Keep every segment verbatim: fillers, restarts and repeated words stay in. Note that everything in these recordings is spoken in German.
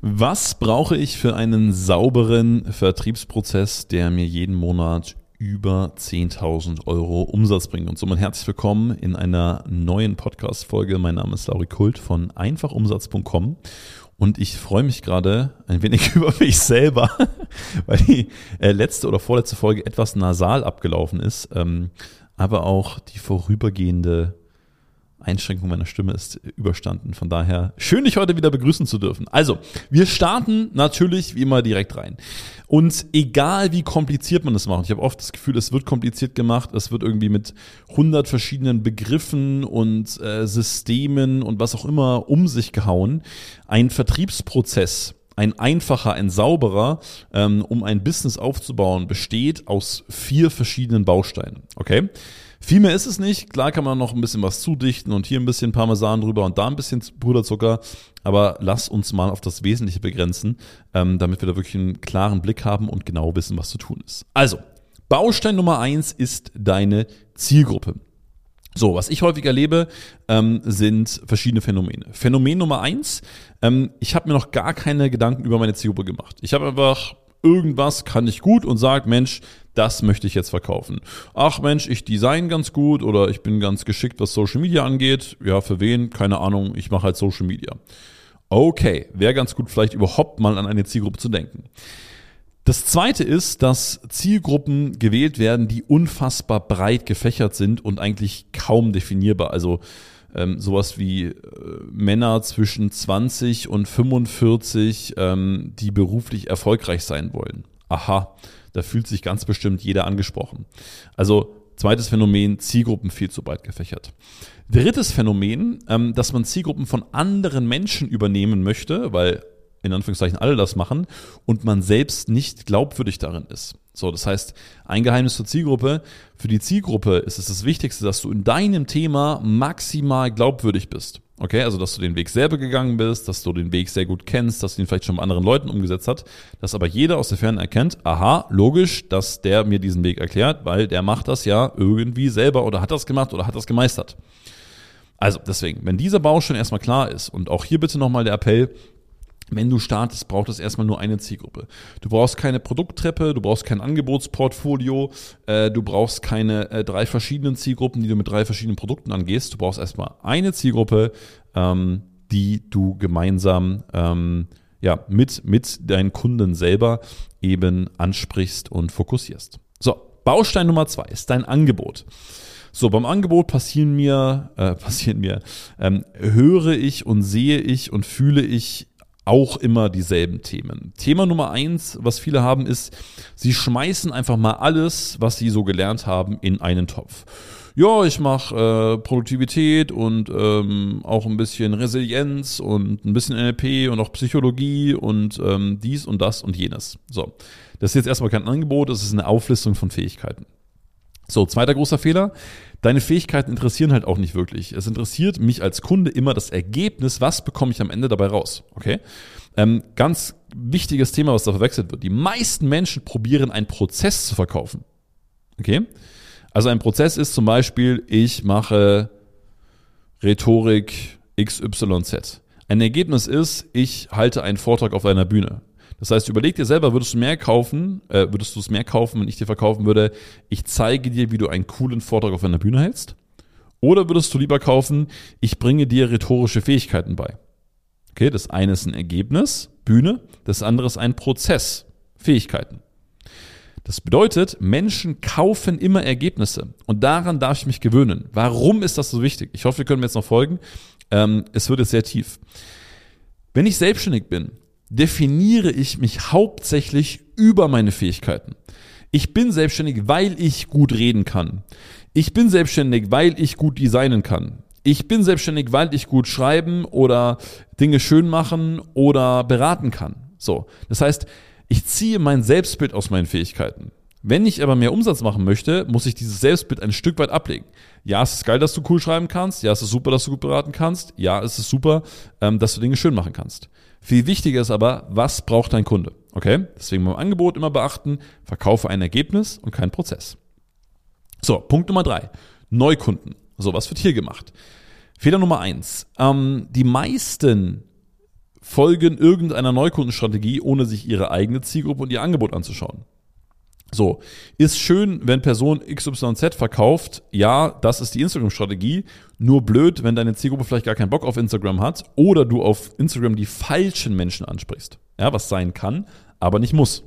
Was brauche ich für einen sauberen Vertriebsprozess, der mir jeden Monat über zehntausend Euro Umsatz bringt? Und somit herzlich willkommen in einer neuen Podcast-Folge. Mein Name ist Lauri Kult von einfach umsatz punkt com und ich freue mich gerade ein wenig über mich selber, weil die äh, letzte oder vorletzte Folge etwas nasal abgelaufen ist, ähm, aber auch die vorübergehende Einschränkung meiner Stimme ist überstanden. Von daher schön, dich heute wieder begrüßen zu dürfen. Also, wir starten natürlich wie immer direkt rein. Und egal wie kompliziert man es macht, ich habe oft das Gefühl, es wird kompliziert gemacht, es wird irgendwie mit hundert verschiedenen Begriffen und äh, Systemen und was auch immer um sich gehauen. Ein Vertriebsprozess, ein einfacher, ein sauberer, ähm, um ein Business aufzubauen, besteht aus vier verschiedenen Bausteinen. Okay? Viel mehr ist es nicht. Klar kann man noch ein bisschen was zudichten und hier ein bisschen Parmesan drüber und da ein bisschen Puderzucker. Aber lass uns mal auf das Wesentliche begrenzen, ähm, damit wir da wirklich einen klaren Blick haben und genau wissen, was zu tun ist. Also, Baustein Nummer eins ist deine Zielgruppe. So, was ich häufig erlebe, ähm, sind verschiedene Phänomene. Phänomen Nummer eins, ähm, ich habe mir noch gar keine Gedanken über meine Zielgruppe gemacht. Ich habe einfach irgendwas kann ich gut und sage, Mensch, das möchte ich jetzt verkaufen. Ach Mensch, ich design ganz gut oder ich bin ganz geschickt, was Social Media angeht. Ja, für wen? Keine Ahnung, ich mache halt Social Media. Okay, wäre ganz gut, vielleicht überhaupt mal an eine Zielgruppe zu denken. Das zweite ist, dass Zielgruppen gewählt werden, die unfassbar breit gefächert sind und eigentlich kaum definierbar. Also ähm, sowas wie äh, Männer zwischen zwanzig und fünfundvierzig, ähm, die beruflich erfolgreich sein wollen. Aha, da fühlt sich ganz bestimmt jeder angesprochen. Also zweites Phänomen, Zielgruppen viel zu breit gefächert. Drittes Phänomen, ähm, dass man Zielgruppen von anderen Menschen übernehmen möchte, weil in Anführungszeichen alle das machen und man selbst nicht glaubwürdig darin ist. So, das heißt, ein Geheimnis zur Zielgruppe. Für die Zielgruppe ist es das Wichtigste, dass du in deinem Thema maximal glaubwürdig bist. Okay, also dass du den Weg selber gegangen bist, dass du den Weg sehr gut kennst, dass du ihn vielleicht schon bei anderen Leuten umgesetzt hast, dass aber jeder aus der Ferne erkennt, aha, logisch, dass der mir diesen Weg erklärt, weil der macht das ja irgendwie selber oder hat das gemacht oder hat das gemeistert. Also deswegen, wenn dieser Baustein erstmal klar ist und auch hier bitte nochmal der Appell, wenn du startest, braucht es erstmal nur eine Zielgruppe. Du brauchst keine Produkttreppe, du brauchst kein Angebotsportfolio, äh, du brauchst keine äh, drei verschiedenen Zielgruppen, die du mit drei verschiedenen Produkten angehst. Du brauchst erstmal eine Zielgruppe, ähm, die du gemeinsam ähm, ja, mit, mit deinen Kunden selber eben ansprichst und fokussierst. So, Baustein Nummer zwei ist dein Angebot. So, beim Angebot passieren mir, äh, passieren mir, ähm, höre ich und sehe ich und fühle ich auch immer dieselben Themen. Thema Nummer eins, was viele haben, ist, sie schmeißen einfach mal alles, was sie so gelernt haben, in einen Topf. Ja, ich mache äh, Produktivität und ähm, auch ein bisschen Resilienz und ein bisschen N L P und auch Psychologie und ähm, dies und das und jenes. So, das ist jetzt erstmal kein Angebot, das ist eine Auflistung von Fähigkeiten. So, zweiter großer Fehler. Deine Fähigkeiten interessieren halt auch nicht wirklich. Es interessiert mich als Kunde immer das Ergebnis, was bekomme ich am Ende dabei raus. Okay? Ähm, ganz wichtiges Thema, was da verwechselt wird. Die meisten Menschen probieren, einen Prozess zu verkaufen. Okay? Also ein Prozess ist zum Beispiel, ich mache Rhetorik X Y Z. Ein Ergebnis ist, ich halte einen Vortrag auf einer Bühne. Das heißt, überleg dir selber, würdest du mehr kaufen, äh, würdest du es mehr kaufen, wenn ich dir verkaufen würde, ich zeige dir, wie du einen coolen Vortrag auf einer Bühne hältst? Oder würdest du lieber kaufen, ich bringe dir rhetorische Fähigkeiten bei? Okay, das eine ist ein Ergebnis, Bühne, das andere ist ein Prozess, Fähigkeiten. Das bedeutet, Menschen kaufen immer Ergebnisse und daran darf ich mich gewöhnen. Warum ist das so wichtig? Ich hoffe, wir können mir jetzt noch folgen. Ähm, es wird jetzt sehr tief. Wenn ich selbstständig bin, definiere ich mich hauptsächlich über meine Fähigkeiten. Ich bin selbstständig, weil ich gut reden kann. Ich bin selbstständig, weil ich gut designen kann. Ich bin selbstständig, weil ich gut schreiben oder Dinge schön machen oder beraten kann. So, das heißt, ich ziehe mein Selbstbild aus meinen Fähigkeiten. Wenn ich aber mehr Umsatz machen möchte, muss ich dieses Selbstbild ein Stück weit ablegen. Ja, es ist geil, dass du cool schreiben kannst. Ja, es ist super, dass du gut beraten kannst. Ja, es ist super, dass du Dinge schön machen kannst. Viel wichtiger ist aber, was braucht dein Kunde? Okay? Deswegen beim Angebot immer beachten, verkaufe ein Ergebnis und keinen Prozess. So, Punkt Nummer drei. Neukunden. So, was wird hier gemacht? Fehler Nummer eins. Ähm, die meisten folgen irgendeiner Neukundenstrategie, ohne sich ihre eigene Zielgruppe und ihr Angebot anzuschauen. So, ist schön, wenn Person X Y Z verkauft, ja, das ist die Instagram-Strategie, nur blöd, wenn deine Zielgruppe vielleicht gar keinen Bock auf Instagram hat oder du auf Instagram die falschen Menschen ansprichst. Ja, was sein kann, aber nicht muss.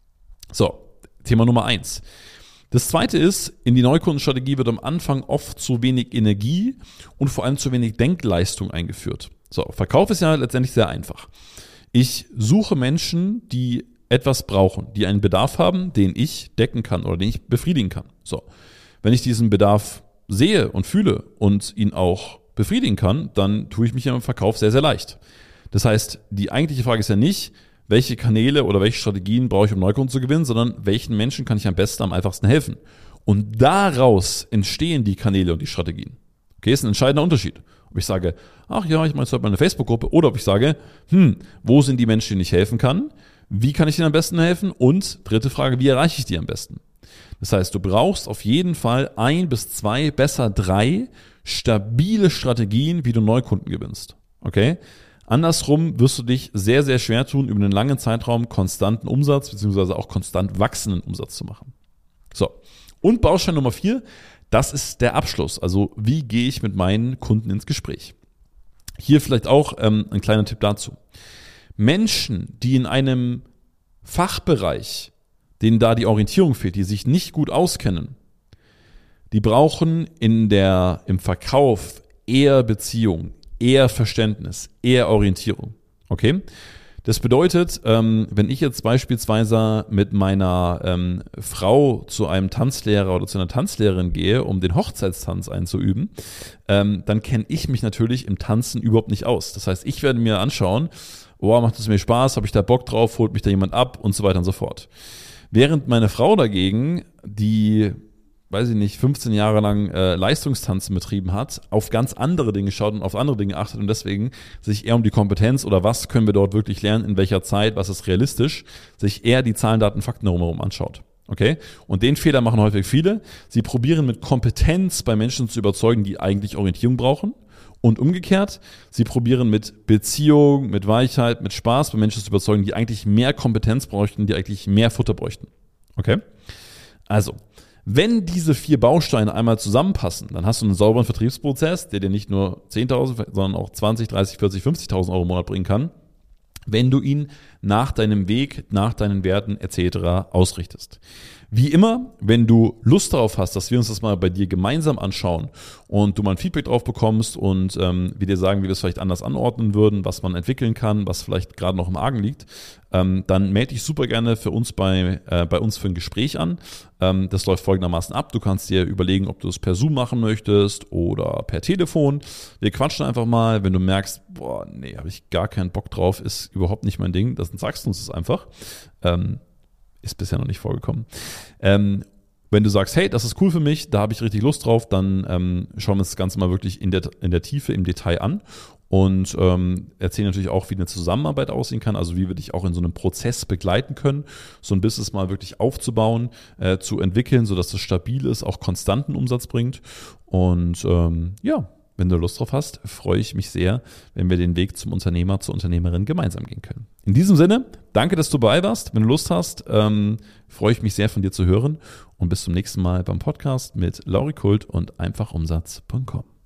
So, Thema Nummer eins. Das zweite ist, in die Neukundenstrategie wird am Anfang oft zu wenig Energie und vor allem zu wenig Denkleistung eingeführt. So, Verkauf ist ja letztendlich sehr einfach. Ich suche Menschen, die etwas brauchen, die einen Bedarf haben, den ich decken kann oder den ich befriedigen kann. So, wenn ich diesen Bedarf sehe und fühle und ihn auch befriedigen kann, dann tue ich mich im Verkauf sehr, sehr leicht. Das heißt, die eigentliche Frage ist ja nicht, welche Kanäle oder welche Strategien brauche ich, um Neukunden zu gewinnen, sondern welchen Menschen kann ich am besten, am einfachsten helfen. Und daraus entstehen die Kanäle und die Strategien. Okay, ist ein entscheidender Unterschied. Ob ich sage, ach ja, ich mache jetzt heute mal eine Facebook-Gruppe, oder ob ich sage, hm, wo sind die Menschen, denen ich helfen kann? Wie kann ich denen am besten helfen? Und dritte Frage, wie erreiche ich die am besten? Das heißt, du brauchst auf jeden Fall ein bis zwei, besser drei stabile Strategien, wie du Neukunden gewinnst. Okay? Andersrum wirst du dich sehr, sehr schwer tun, über einen langen Zeitraum konstanten Umsatz beziehungsweise auch konstant wachsenden Umsatz zu machen. So. Und Baustein Nummer vier, das ist der Abschluss. Also, wie gehe ich mit meinen Kunden ins Gespräch? Hier vielleicht auch ähm, ein kleiner Tipp dazu. Menschen, die in einem Fachbereich, denen da die Orientierung fehlt, die sich nicht gut auskennen, die brauchen in der, im Verkauf eher Beziehung, eher Verständnis, eher Orientierung. Okay? Das bedeutet, ähm, wenn ich jetzt beispielsweise mit meiner ähm, Frau zu einem Tanzlehrer oder zu einer Tanzlehrerin gehe, um den Hochzeitstanz einzuüben, ähm, dann kenne ich mich natürlich im Tanzen überhaupt nicht aus. Das heißt, ich werde mir anschauen, oh, macht es mir Spaß, habe ich da Bock drauf, holt mich da jemand ab und so weiter und so fort. Während meine Frau dagegen, die, weiß ich nicht, fünfzehn Jahre lang äh, Leistungstanzen betrieben hat, auf ganz andere Dinge schaut und auf andere Dinge achtet und deswegen sich eher um die Kompetenz oder was können wir dort wirklich lernen, in welcher Zeit, was ist realistisch, sich eher die Zahlen, Daten, Fakten drumherum anschaut. Okay? Und den Fehler machen häufig viele. Sie probieren mit Kompetenz bei Menschen zu überzeugen, die eigentlich Orientierung brauchen. Und umgekehrt, sie probieren mit Beziehung, mit Weichheit, mit Spaß bei Menschen zu überzeugen, die eigentlich mehr Kompetenz bräuchten, die eigentlich mehr Futter bräuchten. Okay? Also, wenn diese vier Bausteine einmal zusammenpassen, dann hast du einen sauberen Vertriebsprozess, der dir nicht nur zehntausend, sondern auch zwanzig, dreißig, vierzig, fünfzigtausend Euro im Monat bringen kann, wenn du ihn nach deinem Weg, nach deinen Werten et cetera ausrichtest. Wie immer, wenn du Lust darauf hast, dass wir uns das mal bei dir gemeinsam anschauen und du mal ein Feedback drauf bekommst und ähm, wir dir sagen, wie wir es vielleicht anders anordnen würden, was man entwickeln kann, was vielleicht gerade noch im Argen liegt, ähm, dann melde dich super gerne für uns bei, äh, bei uns für ein Gespräch an. Ähm, das läuft folgendermaßen ab. Du kannst dir überlegen, ob du es per Zoom machen möchtest oder per Telefon. Wir quatschen einfach mal. Wenn du merkst, boah, nee, habe ich gar keinen Bock drauf, ist überhaupt nicht mein Ding, dann sagst du uns das einfach. Ähm, Ist bisher noch nicht vorgekommen. Ähm, wenn du sagst, hey, das ist cool für mich, da habe ich richtig Lust drauf, dann ähm, schauen wir uns das Ganze mal wirklich in der, in der Tiefe, im Detail an und ähm, erzählen natürlich auch, wie eine Zusammenarbeit aussehen kann, also wie wir dich auch in so einem Prozess begleiten können, so ein Business mal wirklich aufzubauen, äh, zu entwickeln, sodass es stabil ist, auch konstanten Umsatz bringt. Und ähm, ja, wenn du Lust drauf hast, freue ich mich sehr, wenn wir den Weg zum Unternehmer, zur Unternehmerin gemeinsam gehen können. In diesem Sinne, danke, dass du dabei warst. Wenn du Lust hast, ähm, freue ich mich sehr, von dir zu hören. Und bis zum nächsten Mal beim Podcast mit Lauri Kult und einfachumsatz punkt com.